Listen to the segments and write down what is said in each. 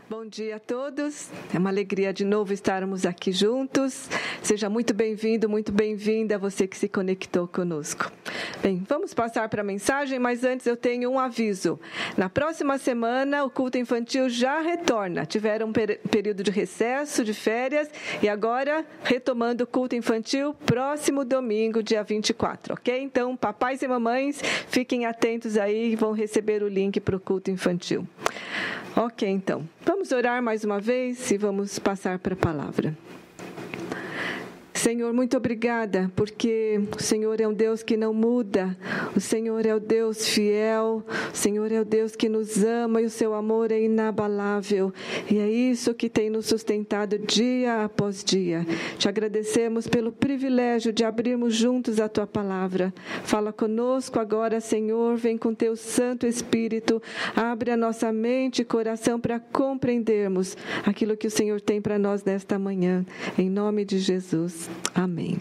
Bom dia a todos, é uma alegria de novo estarmos aqui juntos. Seja muito bem-vindo, muito bem-vinda você que se conectou conosco. Bem, vamos passar para a mensagem, mas antes eu tenho um aviso. Na próxima semana o culto infantil já retorna. Tiveram um período de recesso, de férias, e agora retomando o culto infantil próximo domingo, dia 24, ok? Então, papais e mamães, fiquem atentos aí e vão receber o link para o culto infantil. Ok, então, vamos orar mais uma vez e vamos passar para a palavra. Senhor, muito obrigada, porque o Senhor é um Deus que não muda, o Senhor é o Deus fiel, o Senhor é o Deus que nos ama e o seu amor é inabalável, e é isso que tem nos sustentado dia após dia. Te agradecemos pelo privilégio de abrirmos juntos a Tua palavra. Fala conosco agora, Senhor, vem com Teu Santo Espírito, abre a nossa mente e coração para compreendermos aquilo que o Senhor tem para nós nesta manhã, em nome de Jesus. Amém.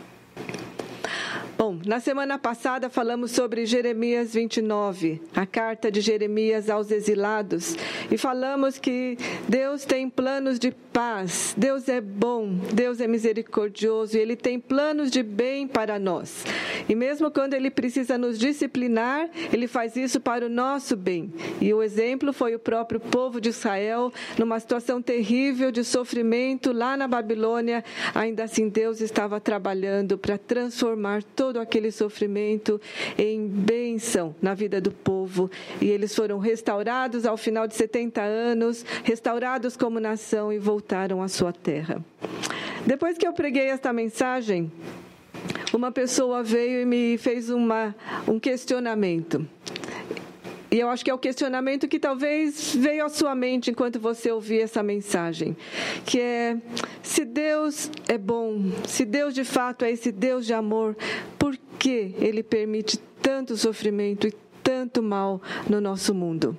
Bom, na semana passada falamos sobre Jeremias 29, a carta de Jeremias aos exilados, e falamos que Deus tem planos de paz, Deus é bom, Deus é misericordioso, e Ele tem planos de bem para nós. E mesmo quando Ele precisa nos disciplinar, Ele faz isso para o nosso bem. E o exemplo foi o próprio povo de Israel, numa situação terrível de sofrimento lá na Babilônia. Ainda assim Deus estava trabalhando para transformar todo aquele sofrimento em bênção na vida do povo. E eles foram restaurados ao final de 70 anos, restaurados como nação e voltaram à sua terra. Depois que eu preguei esta mensagem, uma pessoa veio e me fez um questionamento. E eu acho que é o questionamento que talvez veio à sua mente enquanto você ouvia essa mensagem, que é: se Deus é bom, se Deus de fato é esse Deus de amor, por que Ele permite tanto sofrimento e tanto mal no nosso mundo?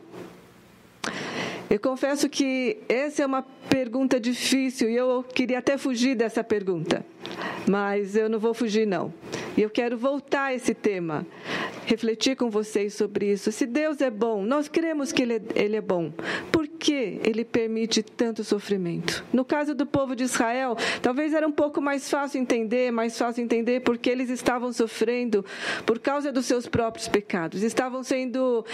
Eu confesso que essa é uma pergunta difícil e eu queria até fugir dessa pergunta, mas eu não vou fugir não. E eu quero voltar a esse tema, refletir com vocês sobre isso. Se Deus é bom, nós cremos que Ele é bom. Por que Ele permite tanto sofrimento? No caso do povo de Israel, talvez era um pouco mais fácil entender porque eles estavam sofrendo por causa dos seus próprios pecados. Estavam sendo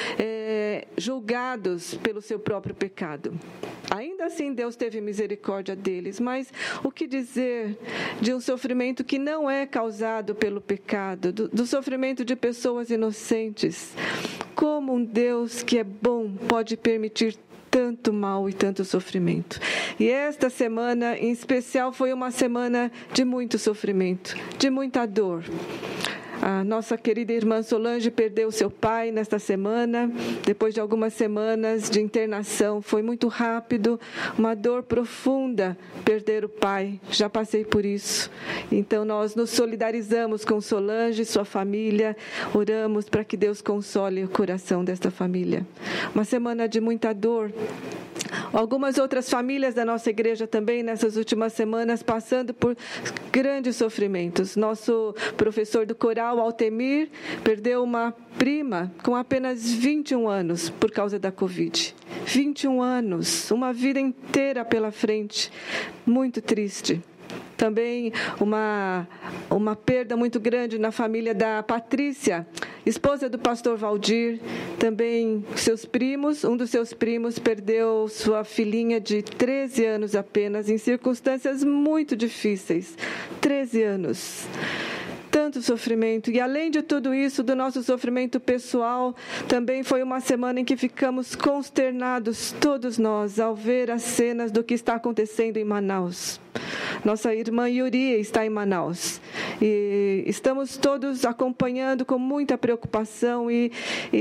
julgados pelo seu próprio pecado. Ainda assim, Deus teve misericórdia deles, mas o que dizer de um sofrimento que não é causado pelo pecado, do sofrimento de pessoas inocentes? Como um Deus que é bom pode permitir tanto mal e tanto sofrimento? E esta semana, em especial, foi uma semana de muito sofrimento, de muita dor. A nossa querida irmã Solange perdeu seu pai nesta semana, depois de algumas semanas de internação. Foi muito rápido, uma dor profunda perder o pai. Já passei por isso. Então nós nos solidarizamos com Solange e sua família, oramos para que Deus console o coração desta família. Uma semana de muita dor. Algumas outras famílias da nossa igreja também, nessas últimas semanas, passando por grandes sofrimentos. Nosso professor do coral, Altemir, perdeu uma prima com apenas 21 anos por causa da Covid. 21 anos, uma vida inteira pela frente. Muito triste. Também uma perda muito grande na família da Patrícia, esposa do pastor Valdir. Também seus primos, um dos seus primos perdeu sua filhinha de 13 anos apenas, em circunstâncias muito difíceis. 13 anos. Tanto sofrimento. E além de tudo isso, do nosso sofrimento pessoal, também foi uma semana em que ficamos consternados, todos nós, ao ver as cenas do que está acontecendo em Manaus. Nossa irmã Yuri está em Manaus. E estamos todos acompanhando com muita preocupação e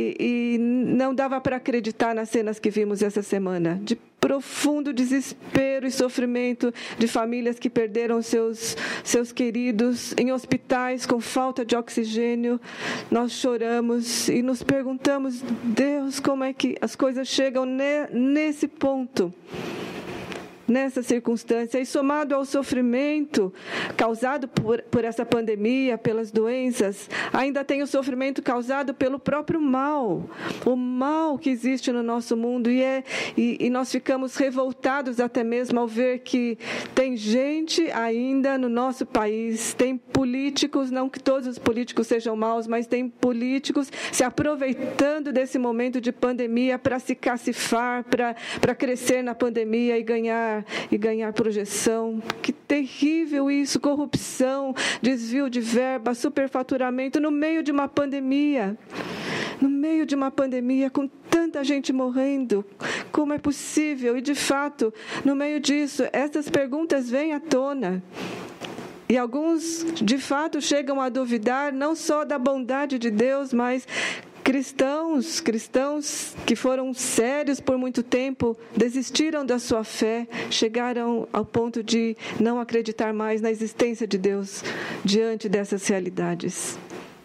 não dava para acreditar nas cenas que vimos essa semana, de profundo desespero e sofrimento de famílias que perderam seus queridos em hospitais com falta de oxigênio. Nós choramos e nos perguntamos: Deus, como é que as coisas chegam nesse ponto? nessa circunstância, e somado ao sofrimento causado por essa pandemia, pelas doenças, ainda tem o sofrimento causado pelo próprio mal, o mal que existe no nosso mundo, e nós ficamos revoltados até mesmo ao ver que tem gente ainda no nosso país, tem políticos, não que todos os políticos sejam maus, mas tem políticos se aproveitando desse momento de pandemia para se cacifar, para crescer na pandemia e ganhar projeção. Que terrível isso, corrupção, desvio de verba, superfaturamento no meio de uma pandemia. No meio de uma pandemia, com tanta gente morrendo, como é possível? E, de fato, no meio disso, essas perguntas vêm à tona. E alguns, de fato, chegam a duvidar não só da bondade de Deus, mas cristãos que foram sérios por muito tempo, desistiram da sua fé, chegaram ao ponto de não acreditar mais na existência de Deus diante dessas realidades.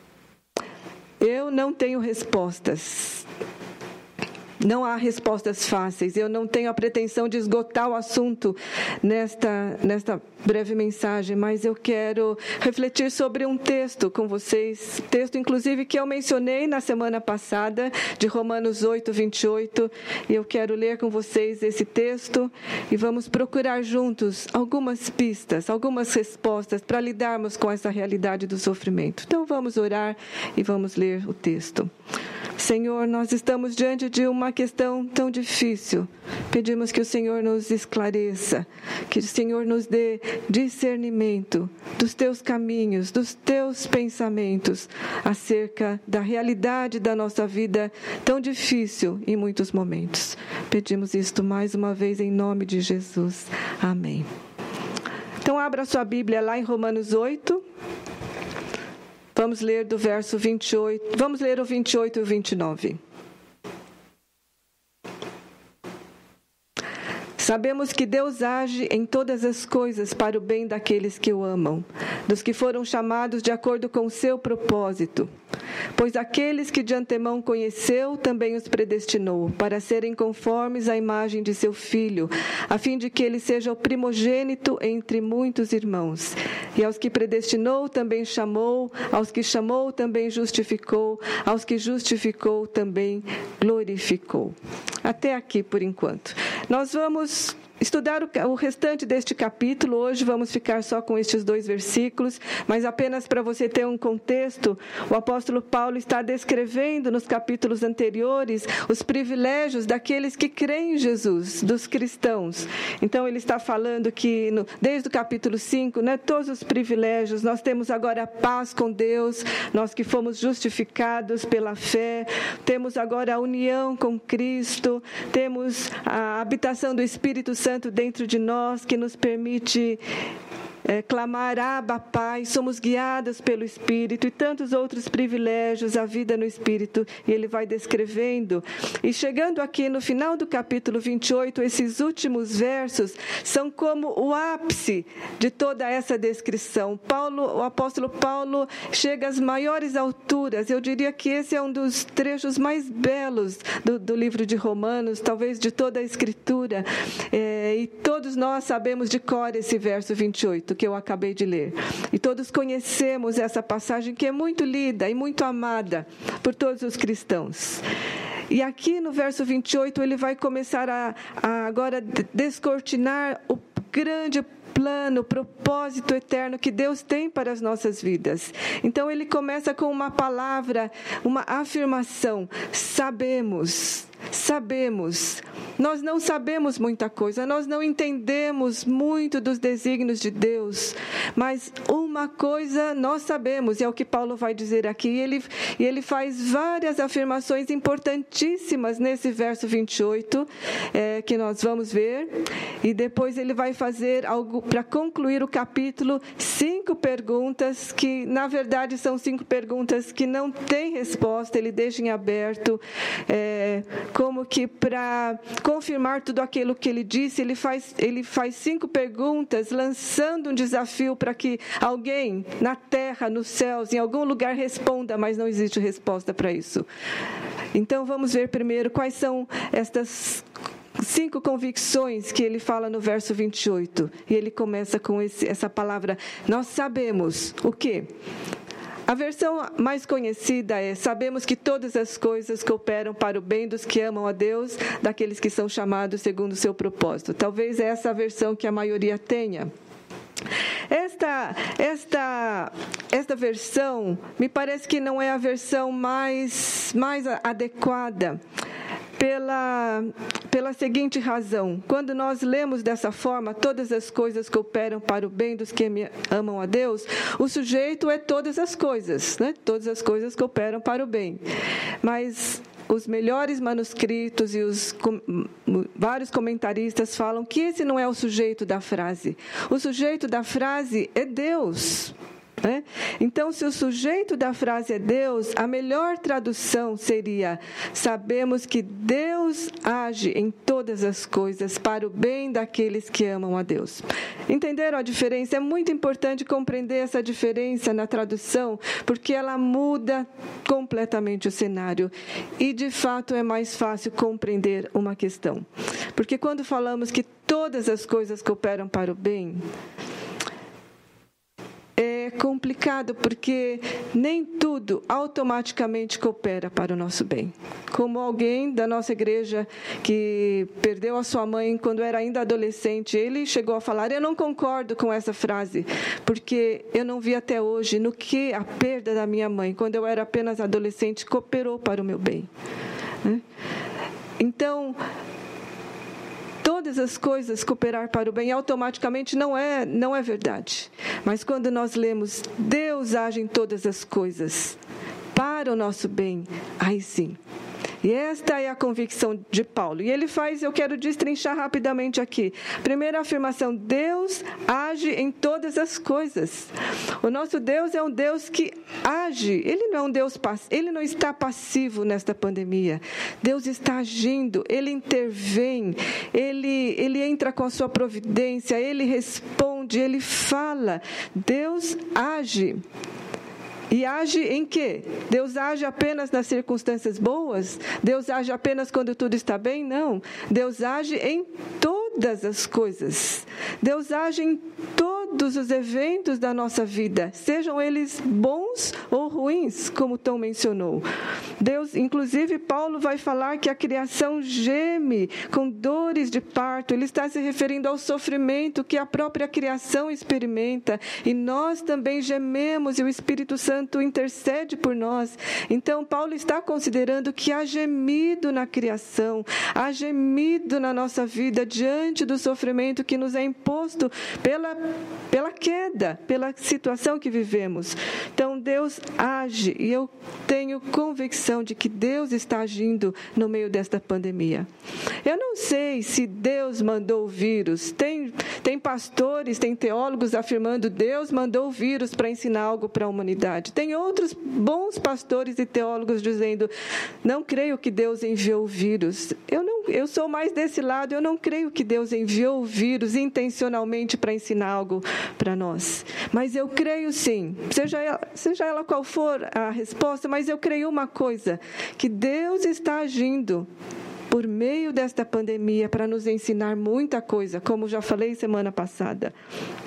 Eu não tenho respostas. Não há respostas fáceis. Eu não tenho a pretensão de esgotar o assunto nesta breve mensagem, mas eu quero refletir sobre um texto com vocês, texto inclusive que eu mencionei na semana passada, de Romanos 8, 28, e eu quero ler com vocês esse texto e vamos procurar juntos algumas pistas, algumas respostas para lidarmos com essa realidade do sofrimento. Então vamos orar e vamos ler o texto. Senhor, nós estamos diante de uma questão tão difícil. Pedimos que o Senhor nos esclareça, que o Senhor nos dê discernimento dos teus caminhos, dos teus pensamentos acerca da realidade da nossa vida tão difícil em muitos momentos. Pedimos isto mais uma vez em nome de Jesus. Amém. Então abra sua Bíblia lá em Romanos 8. Vamos ler do verso 28, vamos ler o 28 e o 29. Sabemos que Deus age em todas as coisas para o bem daqueles que o amam, dos que foram chamados de acordo com o seu propósito. Pois aqueles que de antemão conheceu, também os predestinou, para serem conformes à imagem de seu Filho, a fim de que ele seja o primogênito entre muitos irmãos. E aos que predestinou, também chamou, aos que chamou, também justificou, aos que justificou, também glorificou. Até aqui, por enquanto. Nós vamos estudar o restante deste capítulo. Hoje vamos ficar só com estes 2 versículos, mas apenas para você ter um contexto, o apóstolo Paulo está descrevendo nos capítulos anteriores os privilégios daqueles que creem em Jesus, dos cristãos. Então ele está falando que desde o capítulo 5, todos os privilégios, nós temos agora a paz com Deus, nós que fomos justificados pela fé, temos agora a união com Cristo, temos a habitação do Espírito Santo dentro de nós, que nos permite clamar Abba, Pai, somos guiados pelo Espírito e tantos outros privilégios, a vida no Espírito, e ele vai descrevendo. E chegando aqui no final do capítulo 28, esses últimos versos são como o ápice de toda essa descrição. O apóstolo Paulo chega às maiores alturas. Eu diria que esse é um dos trechos mais belos do livro de Romanos, talvez de toda a Escritura, e todos nós sabemos de cor esse verso 28, que eu acabei de ler. E todos conhecemos essa passagem que é muito lida e muito amada por todos os cristãos. E aqui no verso 28 ele vai começar a agora descortinar o grande plano, o propósito eterno que Deus tem para as nossas vidas. Então ele começa com uma palavra, uma afirmação: sabemos. Nós não sabemos muita coisa, nós não entendemos muito dos desígnios de Deus, mas uma coisa nós sabemos, e é o que Paulo vai dizer aqui, e ele faz várias afirmações importantíssimas nesse verso 28, que nós vamos ver, e depois ele vai fazer algo para concluir o capítulo, 5 perguntas, que na verdade são 5 perguntas que não têm resposta, ele deixa em aberto, como que para confirmar tudo aquilo que ele disse, ele faz 5 perguntas, lançando um desafio para que alguém na terra, nos céus, em algum lugar responda, mas não existe resposta para isso. Então vamos ver primeiro quais são estas 5 convicções que ele fala no verso 28. E ele começa com essa palavra, nós sabemos o quê? A versão mais conhecida é: sabemos que todas as coisas cooperam para o bem dos que amam a Deus, daqueles que são chamados segundo o seu propósito. Talvez essa a versão que a maioria tenha. Esta versão me parece que não é a versão mais adequada. Pela seguinte razão: quando nós lemos dessa forma, todas as coisas cooperam para o bem dos que amam a Deus, o sujeito é todas as coisas, né? Todas as coisas cooperam para o bem. Mas os melhores manuscritos e vários comentaristas falam que esse não é o sujeito da frase. O sujeito da frase é Deus. Então, se o sujeito da frase é Deus, a melhor tradução seria: sabemos que Deus age em todas as coisas para o bem daqueles que amam a Deus. Entenderam a diferença? É muito importante compreender essa diferença na tradução, porque ela muda completamente o cenário. E, de fato, é mais fácil compreender uma questão. Porque quando falamos que todas as coisas cooperam para o bem, é complicado, porque nem tudo automaticamente coopera para o nosso bem. Como alguém da nossa igreja que perdeu a sua mãe quando era ainda adolescente, ele chegou a falar: eu não concordo com essa frase, porque eu não vi até hoje no que a perda da minha mãe, quando eu era apenas adolescente, cooperou para o meu bem. Então, todas as coisas cooperar para o bem automaticamente não é verdade. Mas quando nós lemos Deus age em todas as coisas para o nosso bem, aí sim. E esta é a convicção de Paulo. E ele faz, eu quero destrinchar rapidamente aqui. Primeira afirmação: Deus age em todas as coisas. O nosso Deus é um Deus que age. Ele não é um Deus ele não está passivo nesta pandemia. Deus está agindo, ele intervém, ele entra com a sua providência, ele responde, ele fala. Deus age. E age em quê? Deus age apenas nas circunstâncias boas? Deus age apenas quando tudo está bem? Não. Deus age em todas as coisas. Deus age em todos os eventos da nossa vida, sejam eles bons ou ruins, como Tom mencionou. Deus, inclusive, Paulo vai falar que a criação geme com dores de parto. Ele está se referindo ao sofrimento que a própria criação experimenta. E nós também gememos e o Espírito Santo intercede por nós. Então, Paulo está considerando que há gemido na criação, há gemido na nossa vida diante do sofrimento que nos é imposto pela queda, pela situação que vivemos. Então, Deus age, e eu tenho convicção de que Deus está agindo no meio desta pandemia. Eu não sei se Deus mandou o vírus. Tem pastores, tem teólogos afirmando que Deus mandou o vírus para ensinar algo para a humanidade. Tem outros bons pastores e teólogos dizendo: não creio que Deus enviou o vírus. Eu sou mais desse lado, eu não creio que Deus enviou o vírus intencionalmente para ensinar algo para nós. Mas eu creio sim, seja ela qual for a resposta, mas eu creio uma coisa, que Deus está agindo por meio desta pandemia para nos ensinar muita coisa, como já falei semana passada.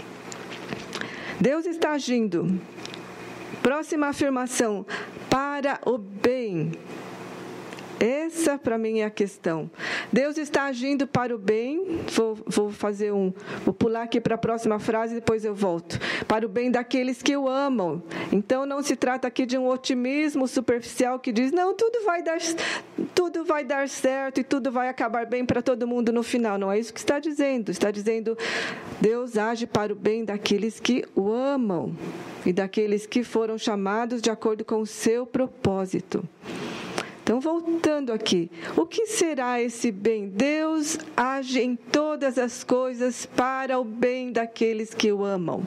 Deus está agindo. Próxima afirmação: para o bem. Essa, para mim, é a questão. Deus está agindo para o bem. Vou pular aqui para a próxima frase, depois eu volto. Para o bem daqueles que o amam. Então, não se trata aqui de um otimismo superficial que diz: não, tudo vai dar certo e tudo vai acabar bem para todo mundo no final. Não é isso que está dizendo. Está dizendo: Deus age para o bem daqueles que o amam e daqueles que foram chamados de acordo com o seu propósito. Então, voltando aqui, o que será esse bem? Deus age em todas as coisas para o bem daqueles que o amam.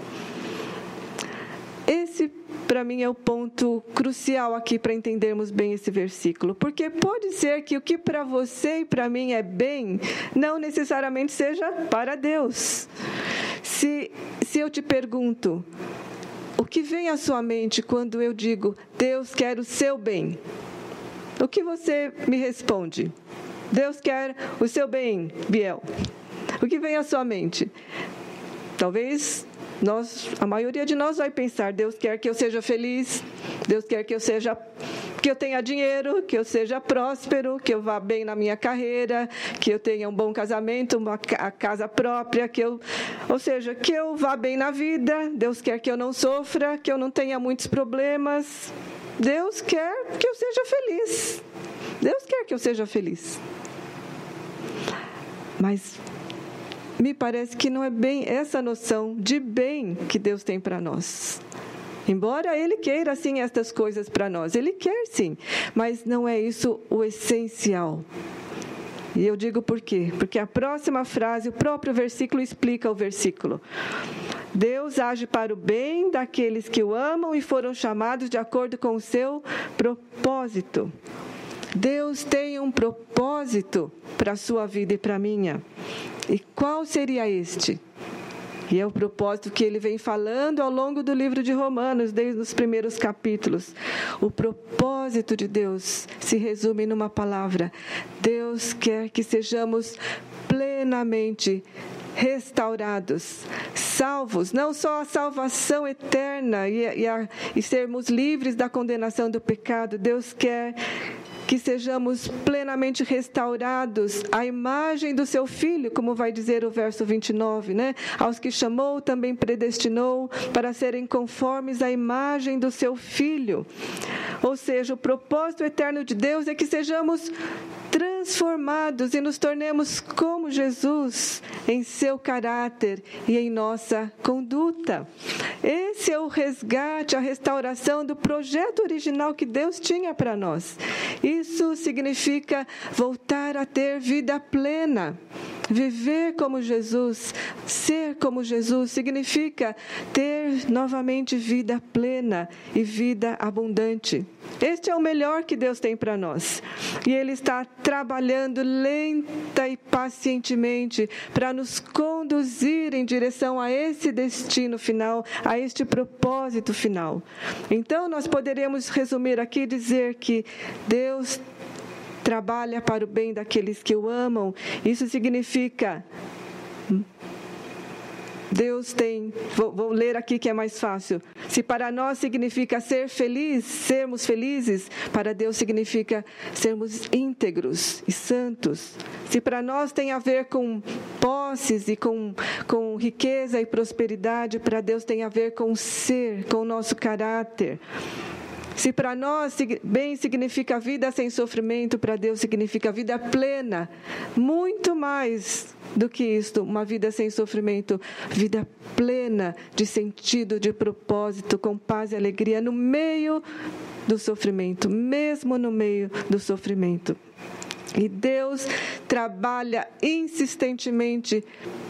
Esse, para mim, é o ponto crucial aqui para entendermos bem esse versículo. Porque pode ser que o que para você e para mim é bem, não necessariamente seja para Deus. Se eu te pergunto, o que vem à sua mente quando eu digo: Deus quer o seu bem? O que você me responde? Deus quer o seu bem, Biel. O que vem à sua mente? Talvez a maioria de nós vai pensar, Deus quer que eu seja feliz, Deus quer que eu tenha dinheiro, que eu seja próspero, que eu vá bem na minha carreira, que eu tenha um bom casamento, a casa própria, que eu vá bem na vida. Deus quer que eu não sofra, que eu não tenha muitos problemas. Deus quer que eu seja feliz. Deus quer que eu seja feliz. Mas me parece que não é bem essa noção de bem que Deus tem para nós. Embora Ele queira, sim, estas coisas para nós. Ele quer, sim, mas não é isso o essencial. E eu digo por quê? Porque a próxima frase, o próprio versículo explica o versículo. Deus age para o bem daqueles que o amam e foram chamados de acordo com o seu propósito. Deus tem um propósito para a sua vida e para a minha. E qual seria este? E é o propósito que ele vem falando ao longo do livro de Romanos, desde os primeiros capítulos. O propósito de Deus se resume numa palavra: Deus quer que sejamos plenamente restaurados, salvos, não só a salvação eterna e sermos livres da condenação do pecado. Deus quer que sejamos plenamente restaurados à imagem do seu Filho, como vai dizer o verso 29, né? Aos que chamou, também predestinou para serem conformes à imagem do seu Filho. Ou seja, o propósito eterno de Deus é que sejamos transformados e nos tornemos como Jesus em seu caráter e em nossa conduta. Esse é o resgate, a restauração do projeto original que Deus tinha para nós. Isso significa voltar a ter vida plena. Viver como Jesus, ser como Jesus, significa ter novamente vida plena e vida abundante. Este é o melhor que Deus tem para nós. E Ele está trabalhando lenta e pacientemente para nos conduzir em direção a esse destino final, a este propósito final. Então, nós poderíamos resumir aqui e dizer que Deus trabalha para o bem daqueles que o amam. Isso significa, Deus tem, vou ler aqui que é mais fácil. Se para nós significa ser feliz, sermos felizes, para Deus significa sermos íntegros e santos. Se para nós tem a ver com posses e com riqueza e prosperidade, para Deus tem a ver com ser, com o nosso caráter. Se para nós bem significa vida sem sofrimento, para Deus significa vida plena. Muito mais do que isto, uma vida sem sofrimento. Vida plena de sentido, de propósito, com paz e alegria no meio do sofrimento, mesmo no meio do sofrimento. E Deus trabalha insistentemente,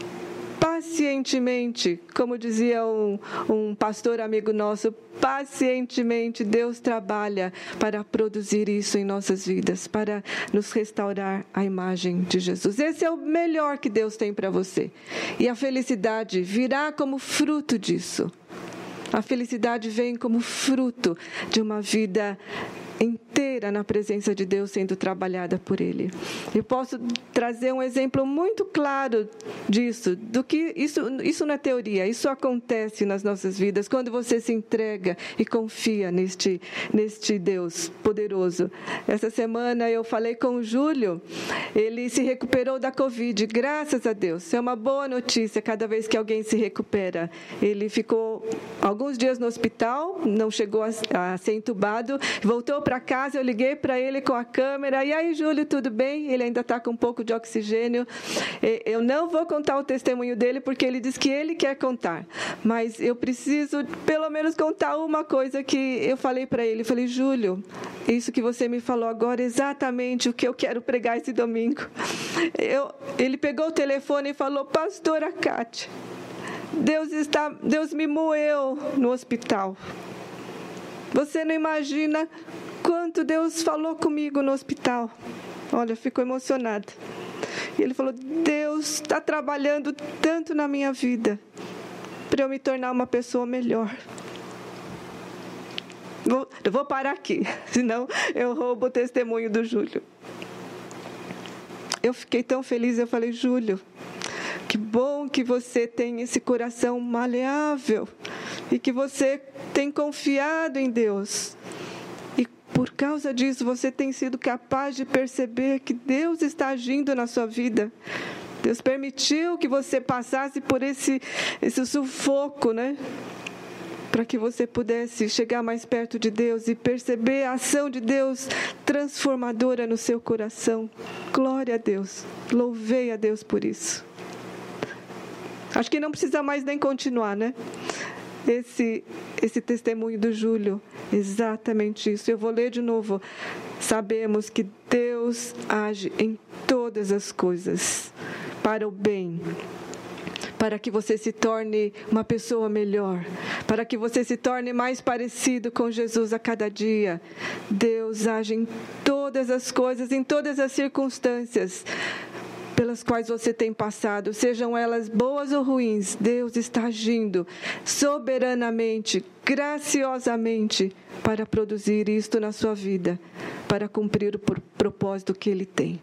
pacientemente, como dizia um pastor amigo nosso, pacientemente Deus trabalha para produzir isso em nossas vidas, para nos restaurar à imagem de Jesus. Esse é o melhor que Deus tem para você. E a felicidade virá como fruto disso. A felicidade vem como fruto de uma vida inteira na presença de Deus sendo trabalhada por Ele. Eu posso trazer um exemplo muito claro disso, do que isso não é teoria, isso acontece nas nossas vidas, quando você se entrega e confia neste Deus poderoso. Essa semana eu falei com o Júlio, ele se recuperou da Covid, graças a Deus. É uma boa notícia cada vez que alguém se recupera. Ele ficou alguns dias no hospital, não chegou a ser entubado, voltou para casa, eu liguei para ele com a câmera, e aí, Júlio, tudo bem? Ele ainda está com um pouco de oxigênio. Eu não vou contar o testemunho dele, porque ele diz que ele quer contar, mas eu preciso pelo menos contar uma coisa que eu falei para ele. Eu falei: Júlio, isso que você me falou agora é exatamente o que eu quero pregar esse domingo. Ele pegou o telefone e falou: Pastora Cátia, Deus me moeu no hospital. Você não imagina quanto Deus falou comigo no hospital. Olha, eu fico emocionada. E ele falou: Deus está trabalhando tanto na minha vida para eu me tornar uma pessoa melhor. Eu vou parar aqui, senão eu roubo o testemunho do Júlio. eu fiquei tão feliz, eu falei, Júlio, que bom que você tem esse coração maleável e que você tem confiado em Deus. E por causa disso, você tem sido capaz de perceber que Deus está agindo na sua vida. Deus permitiu que você passasse por esse sufoco, né? Para que você pudesse chegar mais perto de Deus e perceber a ação de Deus transformadora no seu coração. Glória a Deus. Louvei a Deus por isso. Acho que não precisa mais nem continuar, né? Esse testemunho do Júlio, exatamente isso. Eu vou ler de novo. Sabemos que Deus age em todas as coisas para o bem, para que você se torne uma pessoa melhor, para que você se torne mais parecido com Jesus a cada dia. Deus age em todas as coisas, em todas as circunstâncias pelas quais você tem passado, sejam elas boas ou ruins. Deus está agindo soberanamente, graciosamente, para produzir isto na sua vida, para cumprir o propósito que Ele tem.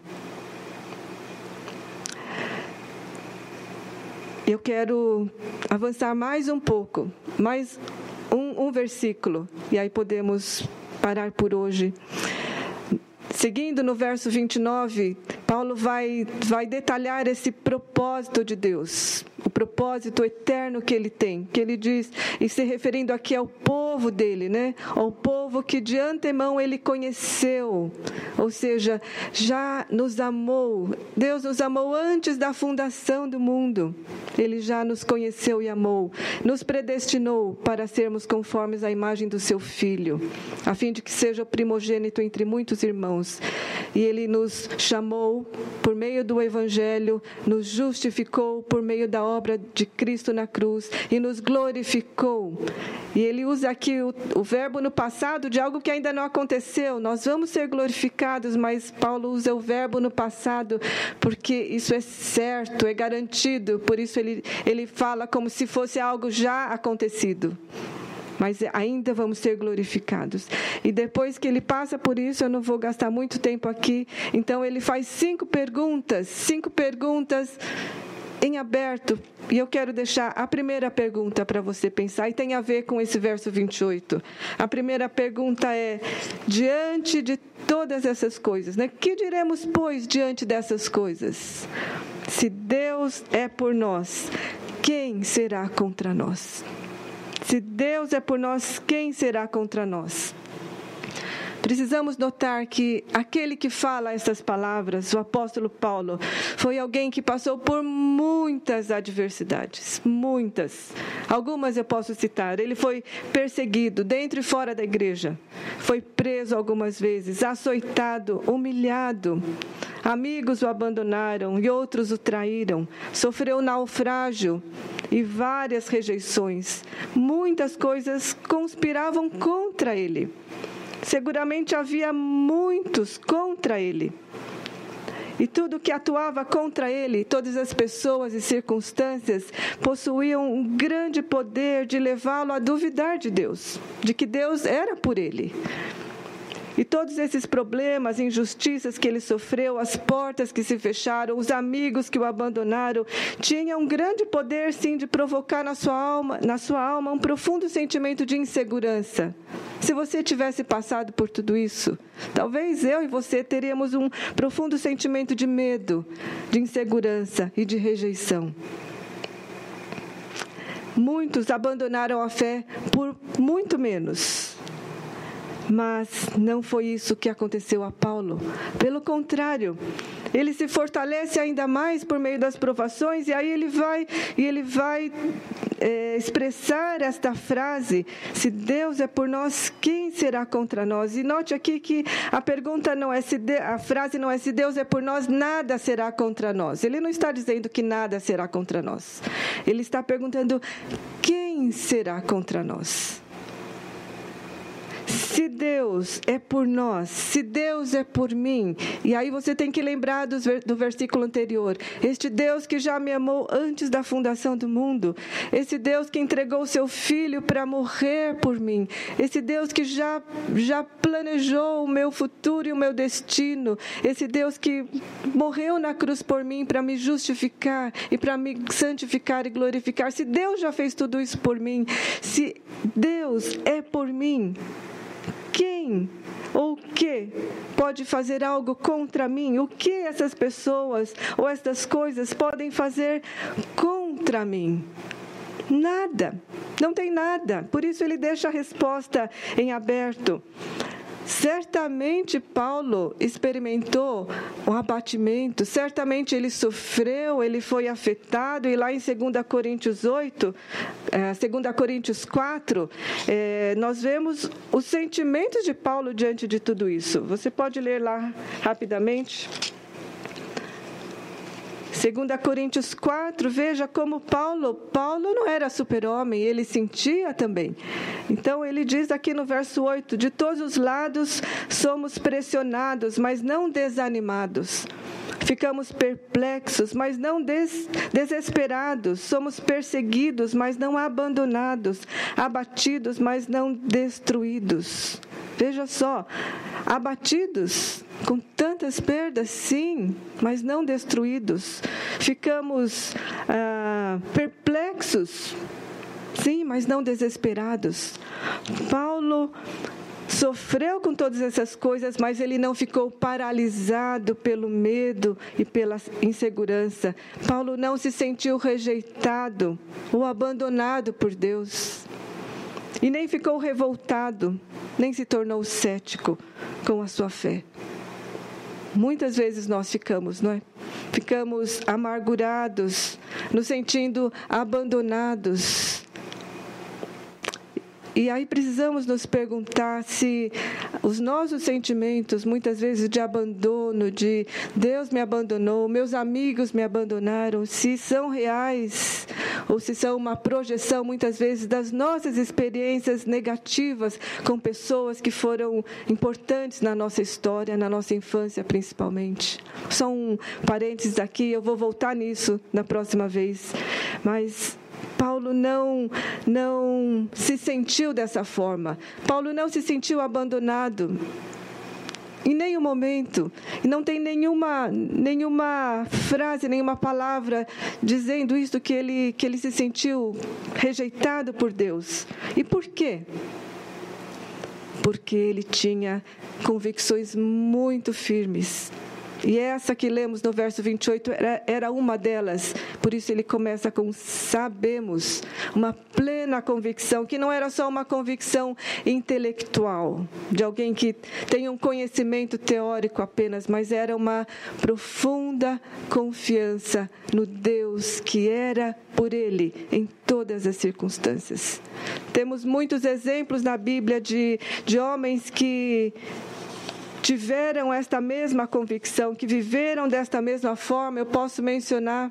Eu quero avançar mais um pouco, mais um versículo, e aí podemos parar por hoje. Seguindo no verso 29, Paulo vai detalhar esse propósito de Deus, o propósito eterno que Ele tem, que Ele diz, e se referindo aqui ao povo dele, né? Ao povo que de antemão Ele conheceu, ou seja, já nos amou. Deus nos amou antes da fundação do mundo. Ele já nos conheceu e amou, nos predestinou para sermos conformes à imagem do seu Filho, a fim de que seja o primogênito entre muitos irmãos. E Ele nos chamou por meio do Evangelho, nos justificou por meio da obra de Cristo na cruz e nos glorificou. E Ele usa aqui o verbo no passado de algo que ainda não aconteceu. Nós vamos ser glorificados, mas Paulo usa o verbo no passado porque isso é certo, é garantido. Por isso ele fala como se fosse algo já acontecido. Mas ainda vamos ser glorificados. E depois que ele passa por isso, eu não vou gastar muito tempo aqui. Então ele faz 5 perguntas em aberto. E eu quero deixar a primeira pergunta para você pensar, e tem a ver com esse verso 28. A primeira pergunta é, diante de todas essas coisas, né? Que diremos, pois, diante dessas coisas? Se Deus é por nós, quem será contra nós? Se Deus é por nós, quem será contra nós? Precisamos notar que aquele que fala essas palavras, o apóstolo Paulo, foi alguém que passou por muitas adversidades, muitas. Algumas eu posso citar. Ele foi perseguido dentro e fora da igreja. Foi preso algumas vezes, açoitado, humilhado. Amigos o abandonaram e outros o traíram. Sofreu naufrágio e várias rejeições. Muitas coisas conspiravam contra ele. Seguramente havia muitos contra ele. E tudo que atuava contra ele, todas as pessoas e circunstâncias, possuíam um grande poder de levá-lo a duvidar de Deus, de que Deus era por ele. E todos esses problemas, injustiças que ele sofreu, as portas que se fecharam, os amigos que o abandonaram, tinham um grande poder, sim, de provocar na sua alma um profundo sentimento de insegurança. Se você tivesse passado por tudo isso, talvez eu e você teríamos um profundo sentimento de medo, de insegurança e de rejeição. Muitos abandonaram a fé por muito menos. Mas não foi isso que aconteceu a Paulo. Pelo contrário, ele se fortalece ainda mais por meio das provações, e aí ele vai expressar esta frase: se Deus é por nós, quem será contra nós? E note aqui que a pergunta não é a frase não é se Deus é por nós, nada será contra nós. Ele não está dizendo que nada será contra nós. Ele está perguntando: quem será contra nós? Se Deus é por nós, se Deus é por mim, e aí você tem que lembrar do versículo anterior, este Deus que já me amou antes da fundação do mundo, esse Deus que entregou o seu Filho para morrer por mim, esse Deus que já planejou o meu futuro e o meu destino, esse Deus que morreu na cruz por mim para me justificar e para me santificar e glorificar. Se Deus já fez tudo isso por mim, se Deus é por mim, quem ou o que pode fazer algo contra mim? O que essas pessoas ou essas coisas podem fazer contra mim? Nada, não tem nada. Por isso ele deixa a resposta em aberto. Certamente Paulo experimentou o abatimento, certamente ele sofreu, ele foi afetado, e lá em 2 Coríntios 4, nós vemos os sentimentos de Paulo diante de tudo isso. Você pode ler lá rapidamente? 2 Coríntios 4, veja como Paulo não era super-homem, ele sentia também. Então ele diz aqui no verso 8, de todos os lados somos pressionados, mas não desanimados. Ficamos perplexos, mas não desesperados. Somos perseguidos, mas não abandonados. Abatidos, mas não destruídos. Veja só, abatidos, com tantas perdas, sim, mas não destruídos. Ficamos perplexos, sim, mas não desesperados. Paulo sofreu com todas essas coisas, mas ele não ficou paralisado pelo medo e pela insegurança. Paulo não se sentiu rejeitado ou abandonado por Deus. E nem ficou revoltado, nem se tornou cético com a sua fé. Muitas vezes nós ficamos, não é? Ficamos amargurados, nos sentindo abandonados. E aí precisamos nos perguntar se os nossos sentimentos, muitas vezes de abandono, de Deus me abandonou, meus amigos me abandonaram, se são reais ou se são uma projeção, muitas vezes, das nossas experiências negativas com pessoas que foram importantes na nossa história, na nossa infância principalmente. Só um parênteses aqui, eu vou voltar nisso na próxima vez, mas Paulo não se sentiu dessa forma. Paulo não se sentiu abandonado em nenhum momento. E não tem nenhuma frase, nenhuma palavra dizendo isso, que ele se sentiu rejeitado por Deus. E por quê? Porque ele tinha convicções muito firmes. E essa que lemos no verso 28 era uma delas. Por isso ele começa com sabemos, uma plena convicção, que não era só uma convicção intelectual, de alguém que tem um conhecimento teórico apenas, mas era uma profunda confiança no Deus que era por ele em todas as circunstâncias. Temos muitos exemplos na Bíblia de homens que tiveram esta mesma convicção, que viveram desta mesma forma. Eu posso mencionar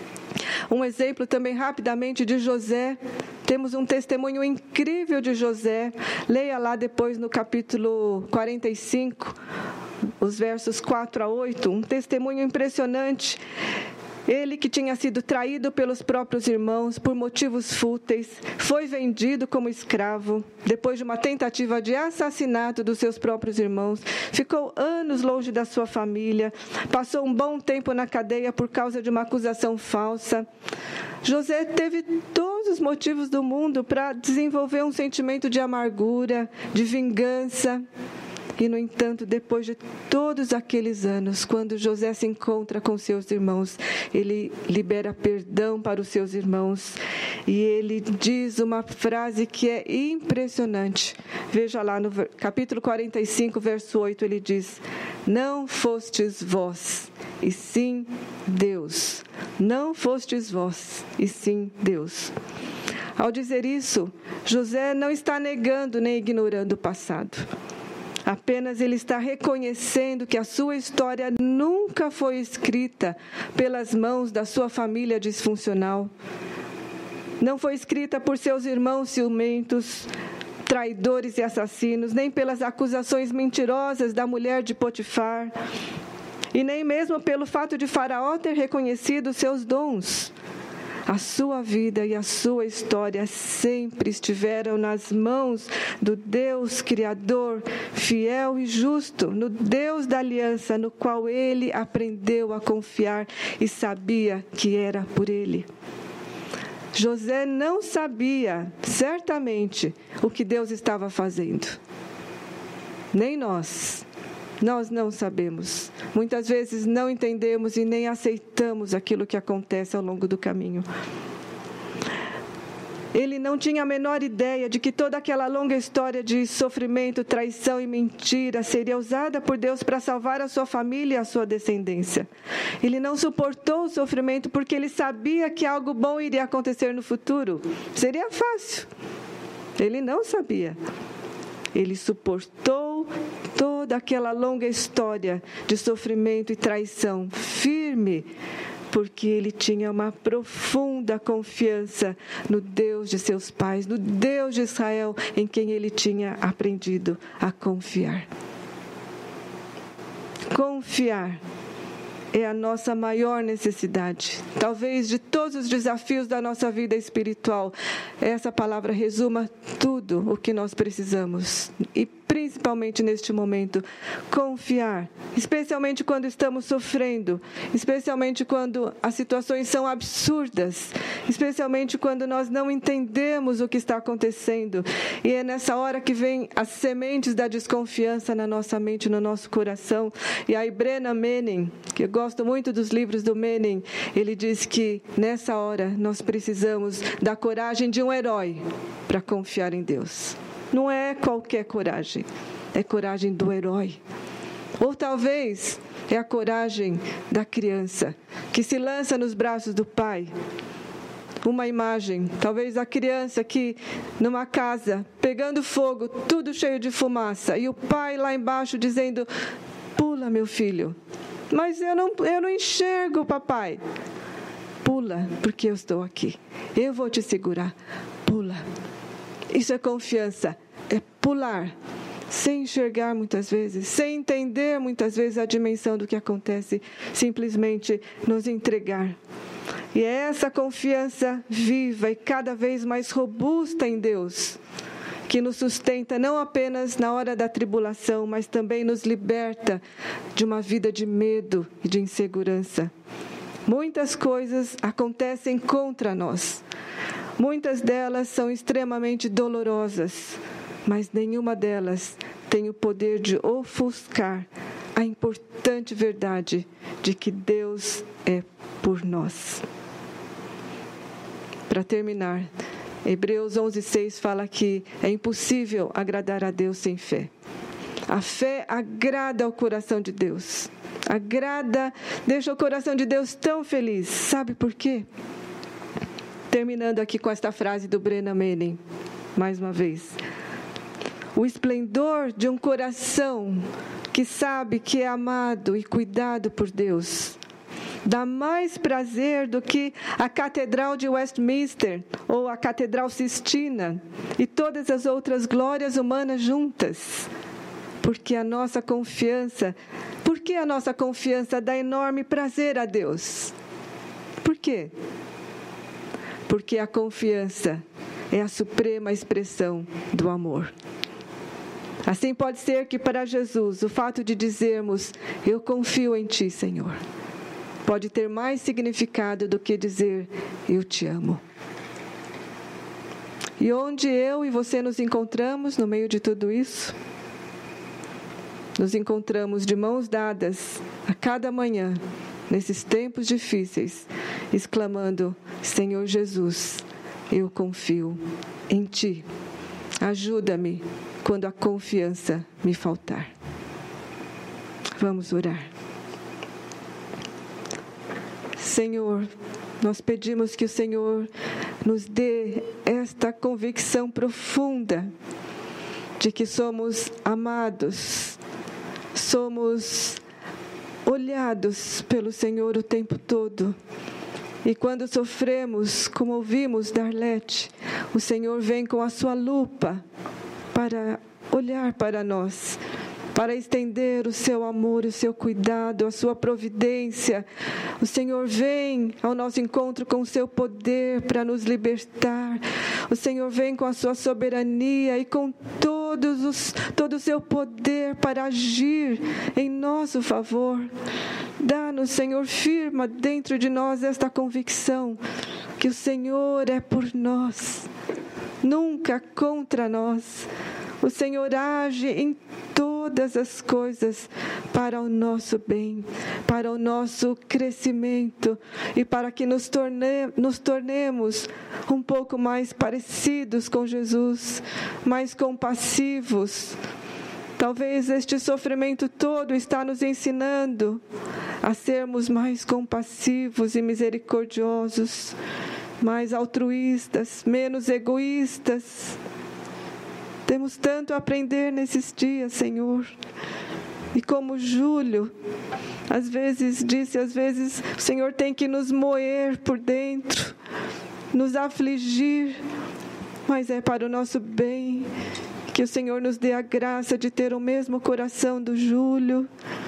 um exemplo também rapidamente de José. Temos um testemunho incrível de José. Leia lá depois no capítulo 45, os versos 4 a 8. Um testemunho impressionante. Ele que tinha sido traído pelos próprios irmãos por motivos fúteis, foi vendido como escravo, depois de uma tentativa de assassinato dos seus próprios irmãos, ficou anos longe da sua família, passou um bom tempo na cadeia por causa de uma acusação falsa. José teve todos os motivos do mundo para desenvolver um sentimento de amargura, de vingança. E, no entanto, depois de todos aqueles anos, quando José se encontra com seus irmãos, ele libera perdão para os seus irmãos. E ele diz uma frase que é impressionante. Veja lá no capítulo 45, verso 8, ele diz: não fostes vós, e sim Deus. Não fostes vós, e sim Deus. Ao dizer isso, José não está negando nem ignorando o passado. Apenas ele está reconhecendo que a sua história nunca foi escrita pelas mãos da sua família disfuncional. Não foi escrita por seus irmãos ciumentos. traidores e assassinos, nem pelas acusações mentirosas da mulher de Potifar, e nem mesmo pelo fato de Faraó ter reconhecido os seus dons. A sua vida e a sua história sempre estiveram nas mãos do Deus Criador, fiel e justo, no Deus da aliança, no qual ele aprendeu a confiar e sabia que era por ele. José não sabia, certamente, o que Deus estava fazendo. Nem nós. Nós não sabemos. Muitas vezes não entendemos e nem aceitamos aquilo que acontece ao longo do caminho. Ele não tinha a menor ideia de que toda aquela longa história de sofrimento, traição e mentira seria usada por Deus para salvar a sua família e a sua descendência. Ele não suportou o sofrimento porque ele sabia que algo bom iria acontecer no futuro. Seria fácil. Ele não sabia. Ele suportou toda aquela longa história de sofrimento e traição, firme, porque ele tinha uma profunda confiança no Deus de seus pais, no Deus de Israel, em quem ele tinha aprendido a confiar. Confiar é a nossa maior necessidade. Talvez de todos os desafios da nossa vida espiritual, essa palavra resuma tudo o que nós precisamos. E principalmente neste momento, confiar, especialmente quando estamos sofrendo, especialmente quando as situações são absurdas, especialmente quando nós não entendemos o que está acontecendo. E é nessa hora que vem as sementes da desconfiança na nossa mente, no nosso coração. E aí Brennan Manning, que eu gosto muito dos livros do Manning, ele diz que nessa hora nós precisamos da coragem de um herói para confiar em Deus. Não é qualquer coragem, é coragem do herói. Ou talvez é a coragem da criança que se lança nos braços do pai. Uma imagem, talvez a criança que numa casa, pegando fogo, tudo cheio de fumaça, e o pai lá embaixo dizendo: pula, meu filho. Mas eu não enxergo, papai. Pula, porque eu estou aqui. Eu vou te segurar. Pula. Isso é confiança, é pular, sem enxergar muitas vezes, sem entender muitas vezes a dimensão do que acontece, simplesmente nos entregar. E é essa confiança viva e cada vez mais robusta em Deus, que nos sustenta não apenas na hora da tribulação, mas também nos liberta de uma vida de medo e de insegurança. Muitas coisas acontecem contra nós. Muitas delas são extremamente dolorosas, mas nenhuma delas tem o poder de ofuscar a importante verdade de que Deus é por nós. Para terminar, Hebreus 11:6 fala que é impossível agradar a Deus sem fé. A fé agrada ao coração de Deus. Deixa o coração de Deus tão feliz. Sabe por quê? Terminando aqui com esta frase do Brennan Manning, mais uma vez. O esplendor de um coração que sabe que é amado e cuidado por Deus dá mais prazer do que a Catedral de Westminster ou a Catedral Sistina e todas as outras glórias humanas juntas. Porque a nossa confiança dá enorme prazer a Deus? Por quê? Porque a confiança é a suprema expressão do amor. Assim pode ser que para Jesus, o fato de dizermos, eu confio em Ti, Senhor, pode ter mais significado do que dizer, eu te amo. E onde eu e você nos encontramos no meio de tudo isso? Nos encontramos de mãos dadas a cada manhã, nesses tempos difíceis, exclamando, Senhor Jesus, eu confio em Ti. Ajuda-me quando a confiança me faltar. Vamos orar. Senhor, nós pedimos que o Senhor nos dê esta convicção profunda de que somos amados, somos olhados pelo Senhor o tempo todo. E quando sofremos, como ouvimos da Arlete, o Senhor vem com a sua lupa para olhar para nós, para estender o seu amor, o seu cuidado, a sua providência. O Senhor vem ao nosso encontro com o seu poder para nos libertar. O Senhor vem com a sua soberania e com todo o seu poder para agir em nosso favor. Dá-nos, Senhor, firma dentro de nós esta convicção que o Senhor é por nós, nunca contra nós. O Senhor age em todas as coisas para o nosso bem, para o nosso crescimento e para que nos tornemos um pouco mais parecidos com Jesus, mais compassivos. Talvez este sofrimento todo está nos ensinando a sermos mais compassivos e misericordiosos, mais altruístas, menos egoístas. Temos tanto a aprender nesses dias, Senhor. E como Júlio, às vezes o Senhor tem que nos moer por dentro, nos afligir, mas é para o nosso bem. Que o Senhor nos dê a graça de ter o mesmo coração do Júlio,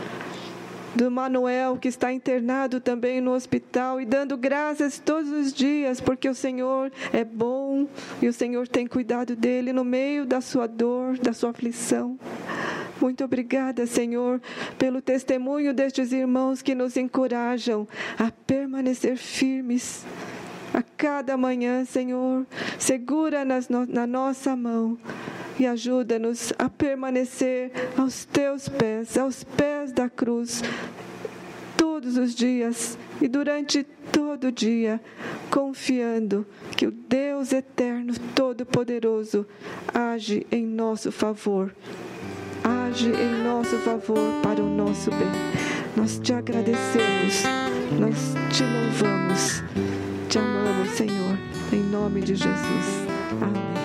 do Manuel, que está internado também no hospital, e dando graças todos os dias, porque o Senhor é bom e o Senhor tem cuidado dele no meio da sua dor, da sua aflição. Muito obrigada, Senhor, pelo testemunho destes irmãos que nos encorajam a permanecer firmes. A cada manhã, Senhor, segura na nossa mão e ajuda-nos a permanecer aos teus pés, aos pés da cruz, todos os dias e durante todo o dia, confiando que o Deus eterno, todo-poderoso, age em nosso favor. Age em nosso favor para o nosso bem. Nós te agradecemos, nós te louvamos, te amamos, Senhor, em nome de Jesus. Amém.